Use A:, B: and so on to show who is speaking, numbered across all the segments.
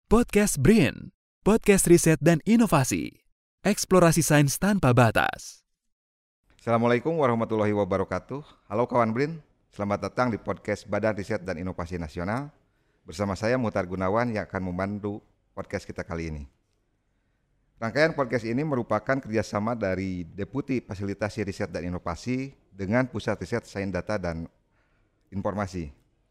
A: Podcast BRIN, podcast riset dan inovasi, eksplorasi sains tanpa batas.
B: Assalamualaikum warahmatullahi wabarakatuh. Halo kawan BRIN, selamat datang di podcast Badan Riset dan Inovasi Nasional. Bersama saya Muhtar Gunawan yang akan membantu podcast kita kali ini. Rangkaian podcast ini merupakan kerjasama dari Deputi Fasilitasi Riset dan Inovasi dengan Pusat Riset Sains Data dan Informasi.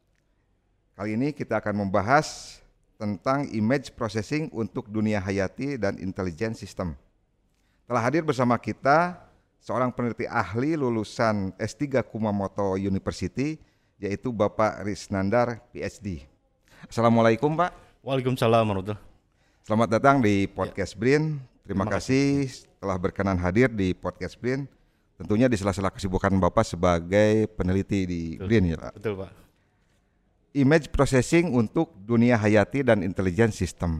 B: Kali ini kita akan membahas tentang image processing untuk dunia hayati dan intelligent system. Telah hadir bersama kita seorang peneliti ahli lulusan S3 Kumamoto University, yaitu Bapak Risnandar, PhD. Assalamualaikum Pak.
C: Waalaikumsalam warahmatullahi.
B: Selamat datang di podcast BRIN. Terima kasih telah berkenan hadir di podcast BRIN. Tentunya di sela-sela kesibukan Bapak sebagai peneliti di BRIN ya Pak.
C: Betul Pak.
B: Image processing untuk dunia hayati dan intelligent system.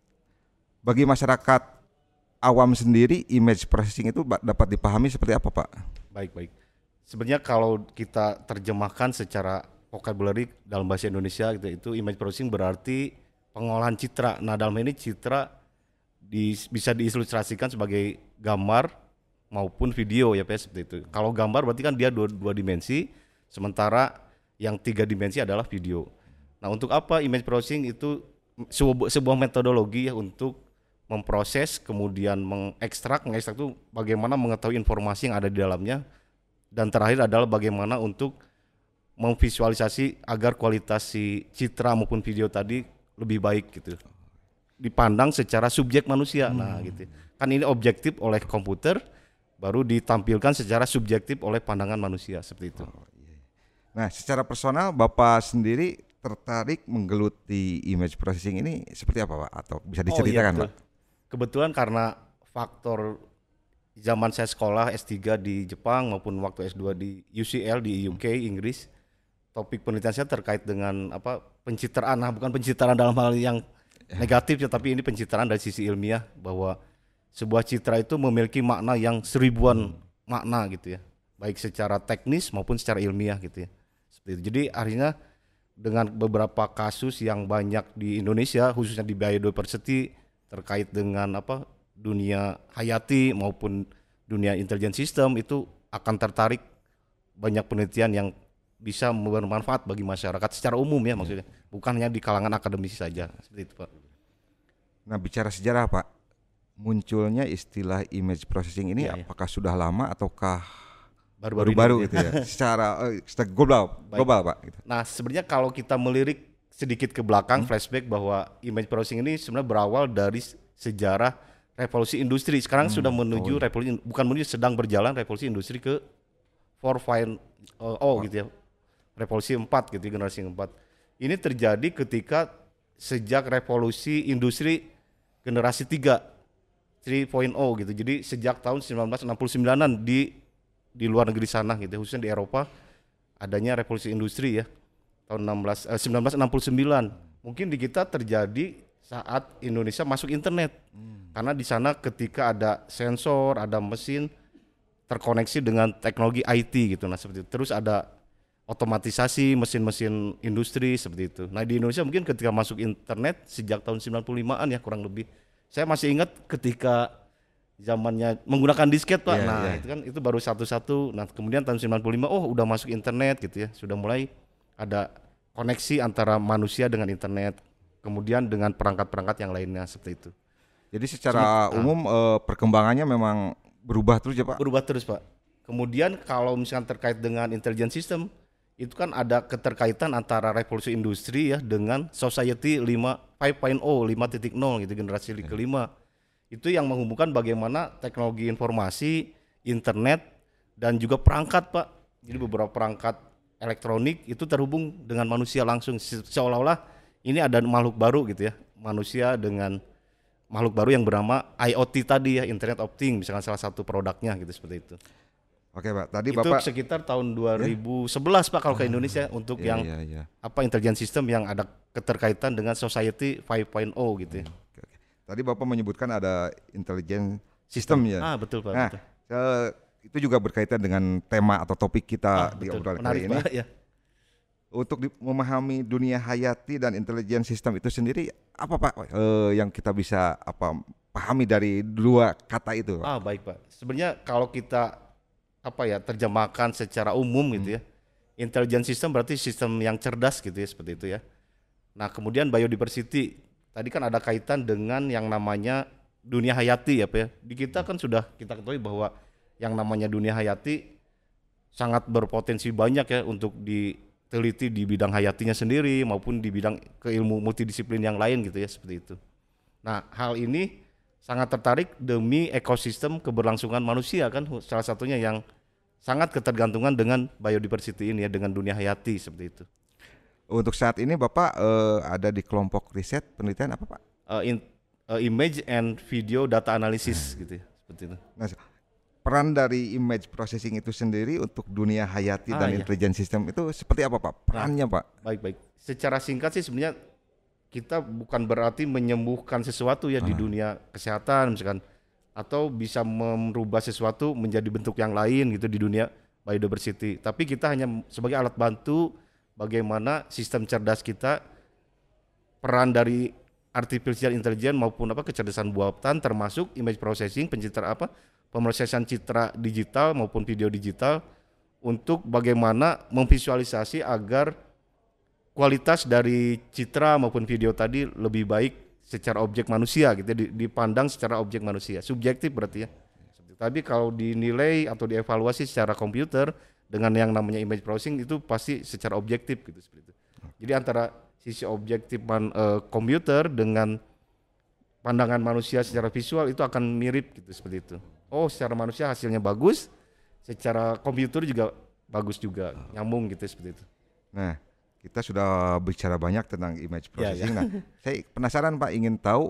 B: Bagi masyarakat awam sendiri, image processing itu dapat dipahami seperti apa Pak?
C: Baik. Sebenarnya kalau kita terjemahkan secara vocabulary dalam bahasa Indonesia gitu, itu image processing berarti pengolahan citra. Nah dalam ini citra bisa diilustrasikan sebagai gambar maupun video ya Pak, seperti itu. Kalau gambar berarti kan dia dua dimensi, sementara yang 3 dimensi adalah video. Nah untuk apa image processing itu sebuah metodologi ya untuk memproses kemudian mengekstrak itu bagaimana mengetahui informasi yang ada di dalamnya, dan terakhir adalah bagaimana untuk memvisualisasi agar kualitas si citra maupun video tadi lebih baik gitu, dipandang secara subjek manusia. Nah gitu kan, ini objektif oleh komputer baru ditampilkan secara subjektif oleh pandangan manusia, seperti itu.
B: Nah, secara personal Bapak sendiri tertarik menggeluti image processing ini seperti apa Pak? Atau bisa diceritakan Pak?
C: Kebetulan karena faktor zaman saya sekolah S3 di Jepang maupun waktu S2 di UCL di UK Inggris, topik penelitian saya terkait dengan pencitraan. Nah, bukan pencitraan dalam hal yang negatif ya, tapi ini pencitraan dari sisi ilmiah, bahwa sebuah citra itu memiliki makna yang seribuan makna gitu ya, baik secara teknis maupun secara ilmiah gitu ya. Jadi akhirnya dengan beberapa kasus yang banyak di Indonesia, khususnya di Biodiversity terkait dengan dunia hayati maupun dunia intelligent system, itu akan tertarik banyak penelitian yang bisa bermanfaat bagi masyarakat secara umum ya, maksudnya bukan hanya di kalangan akademisi saja, seperti itu Pak.
B: Nah, bicara sejarah Pak, munculnya istilah image processing ini apakah sudah lama ataukah baru-baru gitu ya? Secara global Pak gitu.
C: Nah sebenarnya kalau kita melirik sedikit ke belakang, flashback, bahwa image processing ini sebenarnya berawal dari sejarah revolusi industri. Sekarang sudah menuju revolusi, bukan menuju, sedang berjalan revolusi industri ke 4.0 gitu ya, revolusi 4 gitu, generasi 4. Ini terjadi ketika sejak revolusi industri generasi 3.0 gitu. Jadi sejak tahun 1969-an di luar negeri sana gitu, khususnya di Eropa adanya revolusi industri ya, tahun 1969. Mungkin di kita terjadi saat Indonesia masuk internet, karena di sana ketika ada sensor, ada mesin terkoneksi dengan teknologi IT gitu. Nah seperti itu. Terus ada otomatisasi mesin-mesin industri seperti itu. Nah di Indonesia mungkin ketika masuk internet sejak tahun 95-an ya kurang lebih. Saya masih ingat ketika zamannya menggunakan disket Pak. Itu baru satu-satu. Nah kemudian tahun 95 udah masuk internet gitu ya. Sudah mulai ada koneksi antara manusia dengan internet, kemudian dengan perangkat-perangkat yang lainnya, seperti itu.
B: Jadi secara umum perkembangannya memang berubah terus ya Pak?
C: Berubah terus Pak. Kemudian kalau misalkan terkait dengan intelligent system, itu kan ada keterkaitan antara revolusi industri ya dengan society 5.0 gitu, generasi kelima. Itu yang menghubungkan bagaimana teknologi informasi, internet, dan juga perangkat Pak. Jadi beberapa perangkat elektronik itu terhubung dengan manusia langsung, seolah-olah ini ada makhluk baru gitu ya, manusia dengan makhluk baru yang bernama IoT tadi ya, Internet of Things, misalkan salah satu produknya gitu, seperti itu.
B: Oke Pak, tadi
C: itu
B: Bapak
C: sekitar tahun 2011 Pak kalau ke Indonesia untuk intelligent system yang ada keterkaitan dengan society 5.0 gitu ya.
B: Tadi Bapak menyebutkan ada intelligent system ya.
C: Betul Pak.
B: Nah,
C: betul.
B: Itu juga berkaitan dengan tema atau topik kita di obrolan kali ini.
C: Pak, ya.
B: untuk memahami dunia hayati dan intelligence system itu sendiri apa Pak yang kita bisa pahami dari dua kata itu Pak?
C: Baik Pak. Sebenarnya kalau kita terjemahkan secara umum gitu ya, intelligent system berarti sistem yang cerdas gitu ya, seperti itu ya. Nah kemudian biodiversity tadi kan ada kaitan dengan yang namanya dunia hayati ya Pak ya. Di kita kan sudah kita ketahui bahwa yang namanya dunia hayati sangat berpotensi banyak ya untuk diteliti di bidang hayatinya sendiri maupun di bidang keilmu multidisiplin yang lain gitu ya, seperti itu. Nah hal ini sangat tertarik demi ekosistem keberlangsungan manusia kan, salah satunya yang sangat ketergantungan dengan biodiversity ini ya, dengan dunia hayati seperti itu.
B: Untuk saat ini Bapak ada di kelompok riset penelitian apa Pak?
C: Image and video data analysis gitu ya, seperti itu.
B: Nah, peran dari image processing itu sendiri untuk dunia hayati dan intelligence system itu seperti apa Pak? Perannya Pak?
C: Baik. Secara singkat sih sebenarnya kita bukan berarti menyembuhkan sesuatu ya di dunia kesehatan misalkan, atau bisa merubah sesuatu menjadi bentuk yang lain gitu di dunia biodiversity. Tapi kita hanya sebagai alat bantu bagaimana sistem cerdas kita, peran dari artificial intelligence maupun kecerdasan buatan termasuk image processing, pemrosesan citra digital maupun video digital untuk bagaimana memvisualisasi agar kualitas dari citra maupun video tadi lebih baik secara objek manusia gitu, dipandang secara objek manusia, subjektif berarti ya. Tapi kalau dinilai atau dievaluasi secara komputer dengan yang namanya image processing itu pasti secara objektif gitu, seperti itu. Jadi antara sisi objektif komputer dengan pandangan manusia secara visual itu akan mirip gitu, seperti itu. Oh secara manusia hasilnya bagus, secara komputer juga bagus juga, nyambung gitu, seperti itu.
B: Nah kita sudah bicara banyak tentang image processing. Nah, saya penasaran Pak, ingin tahu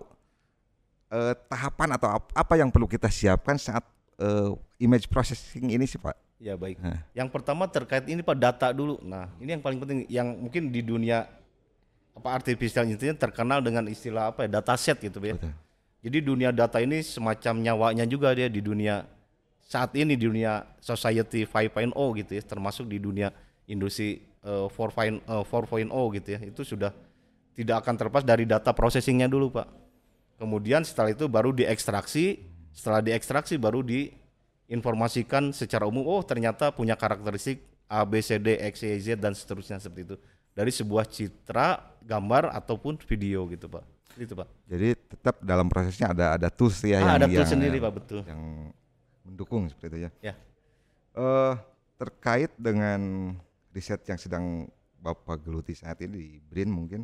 B: tahapan atau apa yang perlu kita siapkan saat image processing ini sih Pak?
C: Ya baik. Yang pertama terkait ini Pak, data dulu. Nah ini yang paling penting, yang mungkin di dunia artificial intelligence terkenal dengan istilah dataset gitu ya. Betul. Jadi dunia data ini semacam nyawanya juga dia di dunia saat ini, di dunia society 5.0 gitu ya, termasuk di dunia industri 4.0 gitu ya, itu sudah tidak akan terlepas dari data processingnya dulu Pak. Kemudian setelah itu baru diekstraksi, setelah diekstraksi baru diinformasikan secara umum, oh ternyata punya karakteristik A, B, C, D, X, Y, Z dan seterusnya, seperti itu. Dari sebuah citra, gambar ataupun video gitu Pak. Itu Pak.
B: Jadi tetap dalam prosesnya ada tools ya
C: ada tools sendiri Pak, betul.
B: Yang mendukung seperti itu ya.
C: Ya.
B: Terkait dengan riset yang sedang Bapak geluti saat ini di BRIN mungkin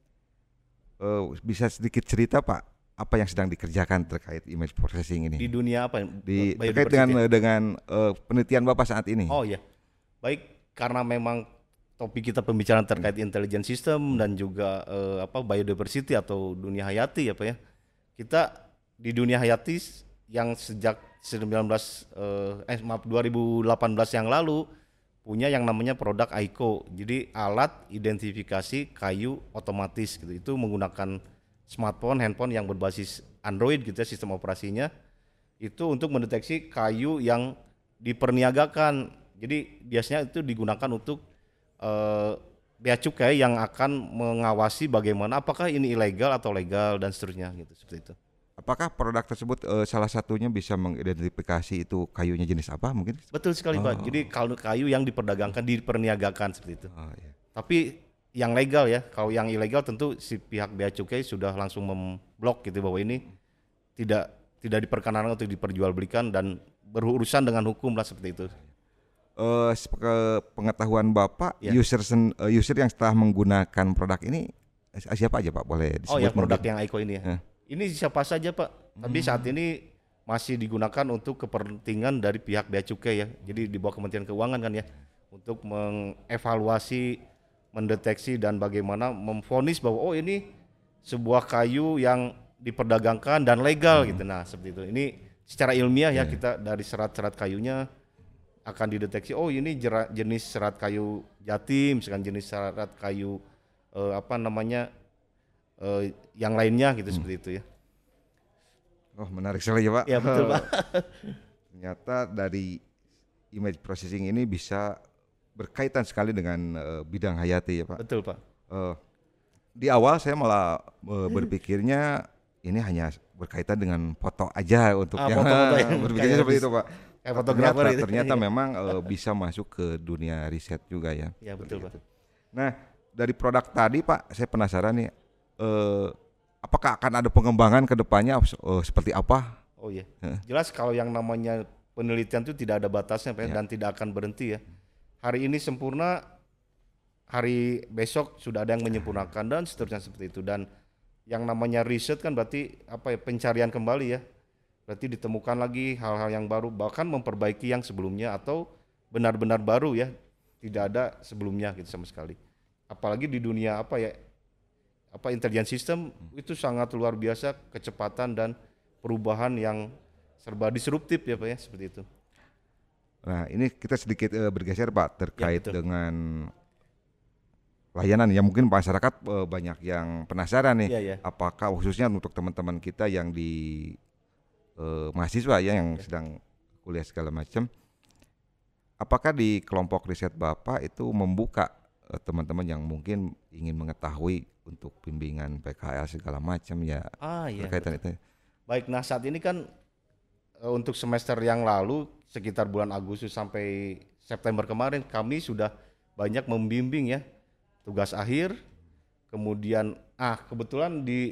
B: bisa sedikit cerita Pak apa yang sedang dikerjakan terkait image processing ini?
C: Di dunia apa?
B: Terkait dengan penelitian Bapak saat ini.
C: Oh iya, baik, karena memang topik kita pembicaraan terkait intelligent system dan juga biodiversity atau dunia hayati ya Pak ya. Kita di dunia hayati yang sejak 2018 yang lalu punya yang namanya produk AICO, jadi alat identifikasi kayu otomatis gitu. Itu menggunakan smartphone, handphone yang berbasis Android gitu ya, sistem operasinya. Itu untuk mendeteksi kayu yang diperniagakan. Jadi biasanya itu digunakan untuk bea cukai yang akan mengawasi bagaimana apakah ini ilegal atau legal dan seterusnya gitu, seperti itu.
B: Apakah produk tersebut salah satunya bisa mengidentifikasi itu kayunya jenis apa mungkin?
C: Betul sekali Pak. Jadi kalau kayu yang diperdagangkan, diperniagakan seperti itu.
B: Iya.
C: Tapi yang legal ya. Kalau yang ilegal tentu si pihak bea cukai sudah langsung memblok gitu bahwa ini tidak diperkenankan untuk diperjualbelikan dan berurusan dengan hukum lah, seperti itu.
B: Pengetahuan Bapak, user yang setelah menggunakan produk ini siapa aja Pak, boleh disebut?
C: Oh ya, produk yang AICO ini ya. Ini siapa saja Pak, tapi saat ini masih digunakan untuk kepentingan dari pihak bea cukai ya. Jadi di bawah Kementerian Keuangan kan ya, untuk mengevaluasi, mendeteksi dan bagaimana memvonis bahwa oh ini sebuah kayu yang diperdagangkan dan legal gitu. Nah seperti itu. Ini secara ilmiah ya, kita dari serat-serat kayunya akan dideteksi oh ini jenis serat kayu jati, misalkan jenis serat kayu yang lainnya gitu, seperti itu ya.
B: Oh menarik sekali ya Pak.
C: Ya betul Pak.
B: Ternyata dari image processing ini bisa berkaitan sekali dengan bidang hayati ya Pak.
C: Betul Pak.
B: Eh, di awal saya malah berpikirnya ini hanya berkaitan dengan foto aja untuk yang
C: Foto-foto yang
B: berpikirnya
C: kayak
B: seperti itu Pak.
C: kayak fotografer gitu.
B: Ternyata memang bisa masuk ke dunia riset juga ya.
C: Ya betul Pak.
B: Nah, dari produk tadi Pak, saya penasaran nih, apakah akan ada pengembangan ke depannya seperti apa?
C: Oh iya, jelas kalau yang namanya penelitian itu tidak ada batasnya Pak,
B: Ya.
C: dan tidak akan berhenti ya. Hari ini sempurna, hari besok sudah ada yang menyempurnakan dan seterusnya seperti itu. Dan yang namanya riset kan berarti apa ya, pencarian kembali ya. Berarti ditemukan lagi hal-hal yang baru, bahkan memperbaiki yang sebelumnya atau benar-benar baru ya, tidak ada sebelumnya gitu sama sekali. Apalagi di dunia apa ya, apa intelligence system itu sangat luar biasa kecepatan dan perubahan yang serba disruptif ya Pak ya, seperti itu.
B: Nah, ini kita sedikit bergeser Pak terkait
C: betul.
B: dengan layanan ya, mungkin masyarakat banyak yang penasaran nih,
C: Iya, iya.
B: apakah khususnya untuk teman-teman kita yang di mahasiswa ya yang sedang kuliah segala macam, apakah di kelompok riset Bapak itu membuka teman-teman yang mungkin ingin mengetahui untuk bimbingan PKL segala macam ya
C: Iya.
B: berkaitan
C: Betul.
B: itu?
C: Baik, nah saat ini kan untuk semester yang lalu sekitar bulan Agustus sampai September kemarin kami sudah banyak membimbing ya tugas akhir. Kemudian kebetulan di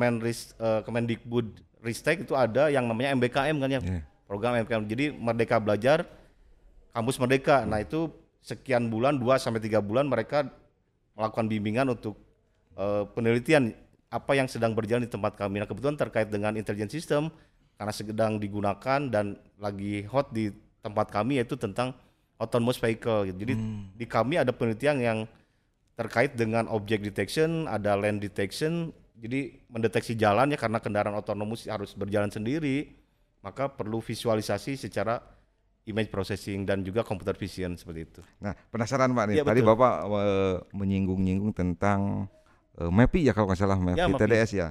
C: Kemendikbud Ristek itu ada yang namanya MBKM kan ya,
B: Yeah.
C: program MBKM. Jadi Merdeka Belajar, Kampus Merdeka. Nah itu sekian bulan, 2 sampai 3 bulan mereka melakukan bimbingan untuk penelitian apa yang sedang berjalan di tempat kami. Nah kebetulan terkait dengan intelligence system karena sedang digunakan dan lagi hot di tempat kami, yaitu tentang autonomous vehicle. Jadi di kami ada penelitian yang terkait dengan object detection, ada land detection. Jadi mendeteksi jalan ya, karena kendaraan otonomus harus berjalan sendiri, maka perlu visualisasi secara image processing dan juga computer vision seperti itu.
B: Nah, penasaran Pak nih,
C: Iya,
B: tadi
C: betul.
B: Bapak menyinggung-nyinggung tentang MAPI ya kalau nggak salah, MAPI
C: MAPI.
B: TDS ya.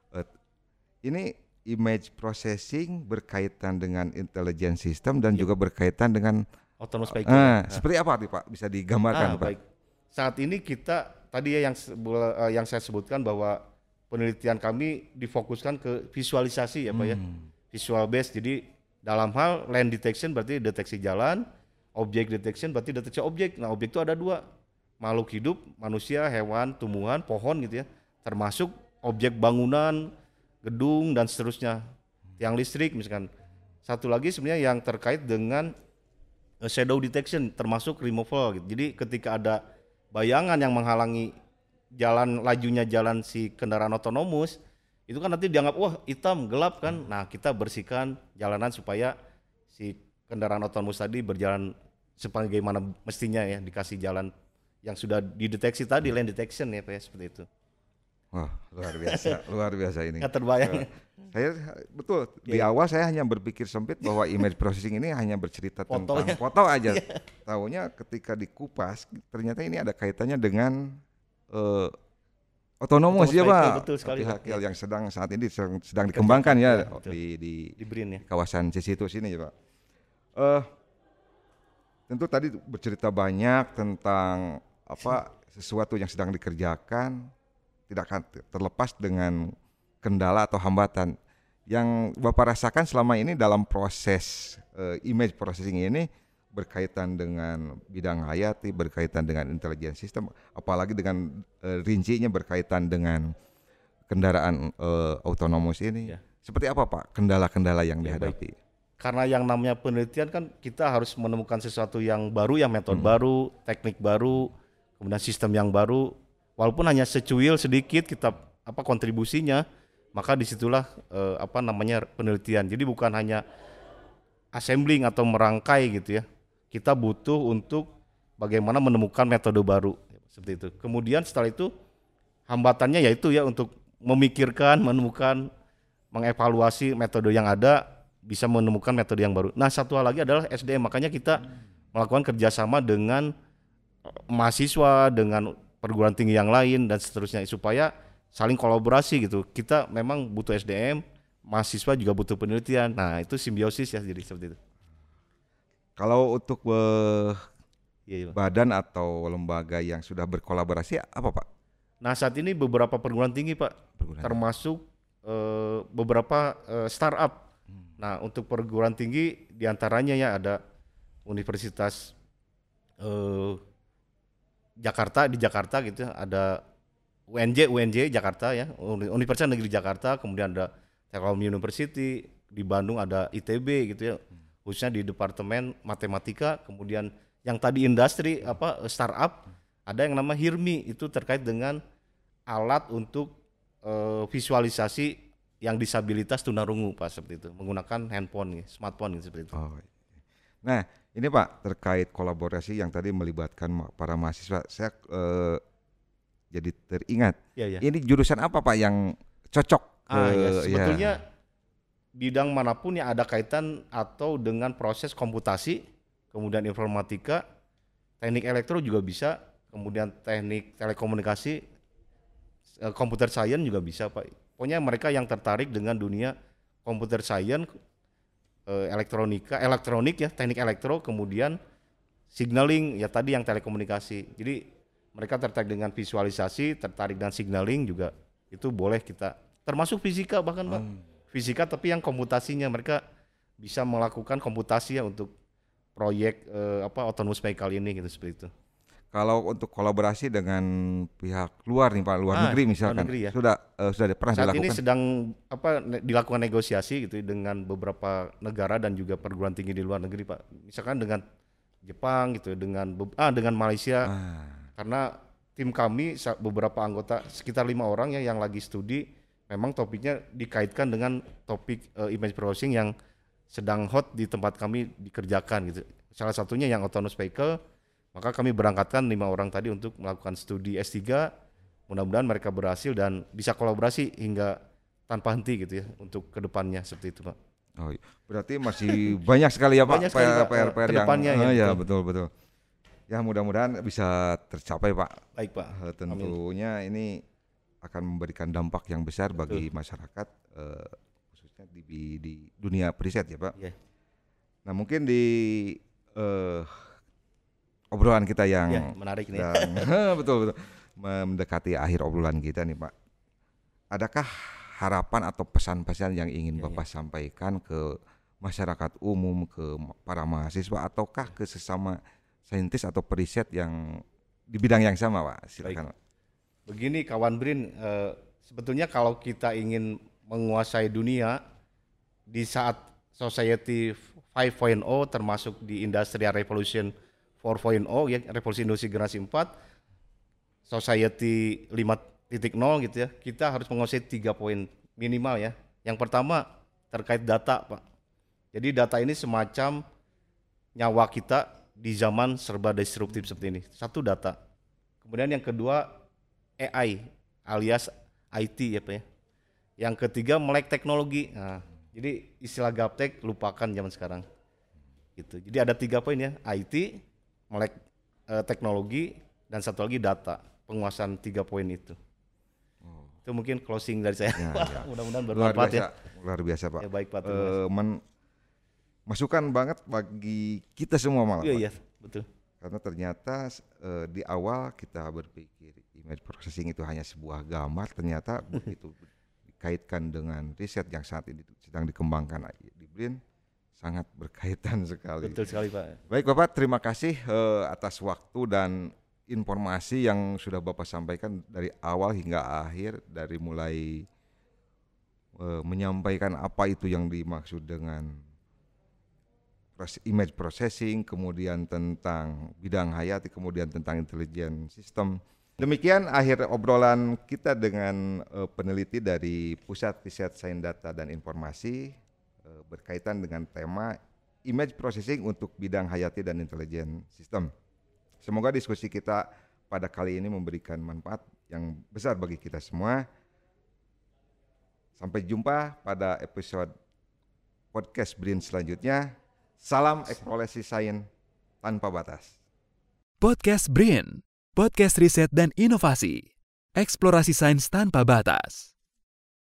B: Ini image processing berkaitan dengan intelligence system dan juga berkaitan dengan
C: Autonomous vehicle.
B: seperti apa nih Pak? Bisa digambarkan Pak?
C: Baik. Saat ini kita tadi ya yang saya sebutkan bahwa penelitian kami difokuskan ke visualisasi ya Pak ya. Visual based. Jadi dalam hal land detection berarti deteksi jalan, object detection berarti deteksi objek. Nah, objek itu ada 2. Makhluk hidup, manusia, hewan, tumbuhan, pohon gitu ya. Termasuk objek bangunan, gedung dan seterusnya. Tiang listrik misalkan. Satu lagi sebenarnya yang terkait dengan shadow detection termasuk removal gitu. Jadi ketika ada bayangan yang menghalangi jalan lajunya jalan si kendaraan otonomus, itu kan nanti dianggap wah hitam gelap kan. Nah kita bersihkan jalanan supaya si kendaraan otonomus tadi berjalan sebagaimana mestinya ya, dikasih jalan yang sudah dideteksi tadi, land detection ya Pak ya, seperti itu.
B: Wah, luar biasa ini.
C: Nggak terbayang.
B: Saya betul di awal saya hanya berpikir sempit bahwa image processing ini hanya bercerita tentang foto aja. Taunya ketika dikupas ternyata ini ada kaitannya dengan otonomus ya Pak.
C: Betul sekali.
B: Pihak yang saat ini sedang dikembangkan ya di
C: BRIN ya.
B: kawasan Cisitus ini ya Pak. Tentu tadi bercerita banyak tentang apa sesuatu yang sedang dikerjakan, tidak akan terlepas dengan kendala atau hambatan yang Bapak rasakan selama ini dalam proses image processing ini, berkaitan dengan bidang hayati, berkaitan dengan intelligence system, apalagi dengan rincinya berkaitan dengan kendaraan otonomus ini.
C: Ya.
B: Seperti apa Pak kendala-kendala yang dihadapi?
C: Karena yang namanya penelitian kan kita harus menemukan sesuatu yang baru, yang metode baru, teknik baru, kemudian sistem yang baru. Walaupun hanya secuil sedikit kita kontribusinya, maka disitulah penelitian. Jadi bukan hanya assembling atau merangkai gitu ya. Kita butuh untuk bagaimana menemukan metode baru seperti itu. Kemudian setelah itu hambatannya yaitu ya untuk memikirkan, menemukan, mengevaluasi metode yang ada, bisa menemukan metode yang baru. Nah satu hal lagi adalah SDM, makanya kita melakukan kerjasama dengan mahasiswa, dengan perguruan tinggi yang lain dan seterusnya supaya saling kolaborasi gitu. Kita memang butuh SDM, mahasiswa juga butuh penelitian. Nah itu simbiosis ya, jadi seperti itu.
B: Kalau untuk
C: Iya, Pak.
B: badan atau lembaga yang sudah berkolaborasi apa Pak?
C: Nah saat ini beberapa perguruan tinggi Pak, termasuk beberapa startup. Nah untuk perguruan tinggi diantaranya ya ada Universitas Jakarta di Jakarta gitu, ada UNJ Jakarta ya, Universitas Negeri Jakarta, kemudian ada Telkom University, di Bandung ada ITB gitu ya, khususnya di Departemen Matematika, kemudian yang tadi industri startup, ada yang nama HIRMI, itu terkait dengan alat untuk visualisasi yang disabilitas tunarungu Pak, seperti itu, menggunakan handphone, smartphone gitu, seperti itu.
B: Oh. Nah, ini Pak terkait kolaborasi yang tadi melibatkan para mahasiswa, saya jadi teringat.
C: Ya.
B: Ini jurusan apa Pak yang cocok?
C: Sebetulnya bidang manapun yang ada kaitan atau dengan proses komputasi, kemudian informatika, teknik elektro juga bisa, kemudian teknik telekomunikasi, computer science juga bisa Pak. Pokoknya mereka yang tertarik dengan dunia computer science, elektronik ya, teknik elektro, kemudian signaling ya tadi yang telekomunikasi. Jadi mereka tertarik dengan visualisasi, tertarik dengan signaling juga, itu boleh kita. Termasuk fisika bahkan Pak. Fisika tapi yang komputasinya, mereka bisa melakukan komputasi ya untuk proyek autonomous vehicle ini gitu, seperti itu.
B: Kalau untuk kolaborasi dengan pihak luar nih Pak, luar negeri misalkan,
C: negeri, ya.
B: sudah pernah
C: saat
B: dilakukan?
C: ini sedang dilakukan negosiasi gitu dengan beberapa negara dan juga perguruan tinggi di luar negeri Pak. Misalkan dengan Jepang gitu, dengan Malaysia. Karena tim kami beberapa anggota sekitar 5 orang ya yang lagi studi, memang topiknya dikaitkan dengan topik image processing yang sedang hot di tempat kami dikerjakan gitu. Salah satunya yang autonomous vehicle. Maka kami berangkatkan 5 orang tadi untuk melakukan studi S3, mudah-mudahan mereka berhasil dan bisa kolaborasi hingga tanpa henti gitu ya untuk kedepannya, seperti itu Pak.
B: Oh, berarti masih banyak sekali ya Pak PR
C: kedepannya
B: yang
C: ya,
B: betul. Ya mudah-mudahan bisa tercapai Pak.
C: Baik Pak.
B: Tentunya ini akan memberikan dampak yang besar bagi masyarakat, khususnya di dunia periset ya Pak.
C: Yeah.
B: Nah mungkin di obrolan kita yang
C: menarik nih.
B: betul mendekati akhir obrolan kita nih Pak. Adakah harapan atau pesan-pesan yang ingin Bapak sampaikan ke masyarakat umum, ke para mahasiswa ataukah ke sesama saintis atau periset yang di bidang yang sama Pak? Silakan. Baik.
C: Begini kawan Brin, sebetulnya kalau kita ingin menguasai dunia di saat society 5.0 termasuk di industrial revolution 4.0 ya, revolusi industri generasi 4, society 5.0 gitu ya, kita harus menguasai 3 poin minimal ya. Yang pertama terkait data Pak. Jadi data ini semacam nyawa kita di zaman serba disruptif seperti ini. Satu, data. Kemudian yang kedua AI alias IT ya Pak ya. Yang ketiga melek teknologi. Nah, jadi istilah gaptek lupakan zaman sekarang. Gitu. Jadi ada 3 poin ya, IT, melek teknologi, dan satu lagi data, penguasaan 3 poin itu. Itu mungkin closing dari saya. Ya. Mudah-mudahan bermanfaat ya.
B: Luar biasa Pak.
C: Ya, baik Pak.
B: Masukan banget bagi kita semua malah.
C: Iya, betul.
B: Karena ternyata di awal kita berpikir image processing itu hanya sebuah gambar, ternyata begitu dikaitkan dengan riset yang saat ini sedang dikembangkan di BRIN, sangat berkaitan sekali.
C: Betul sekali Pak.
B: Baik Bapak, terima kasih atas waktu dan informasi yang sudah Bapak sampaikan dari awal hingga akhir, dari mulai menyampaikan apa itu yang dimaksud dengan image processing, kemudian tentang bidang hayati, kemudian tentang intelligent system. Demikian akhir obrolan kita dengan peneliti dari Pusat Riset Sains Data dan Informasi berkaitan dengan tema image processing untuk bidang hayati dan intelligent system. Semoga diskusi kita pada kali ini memberikan manfaat yang besar bagi kita semua. Sampai jumpa pada episode podcast BRIN selanjutnya. Salam eksplorasi sains tanpa batas.
A: Podcast BRIN, podcast riset dan inovasi, eksplorasi sains tanpa batas.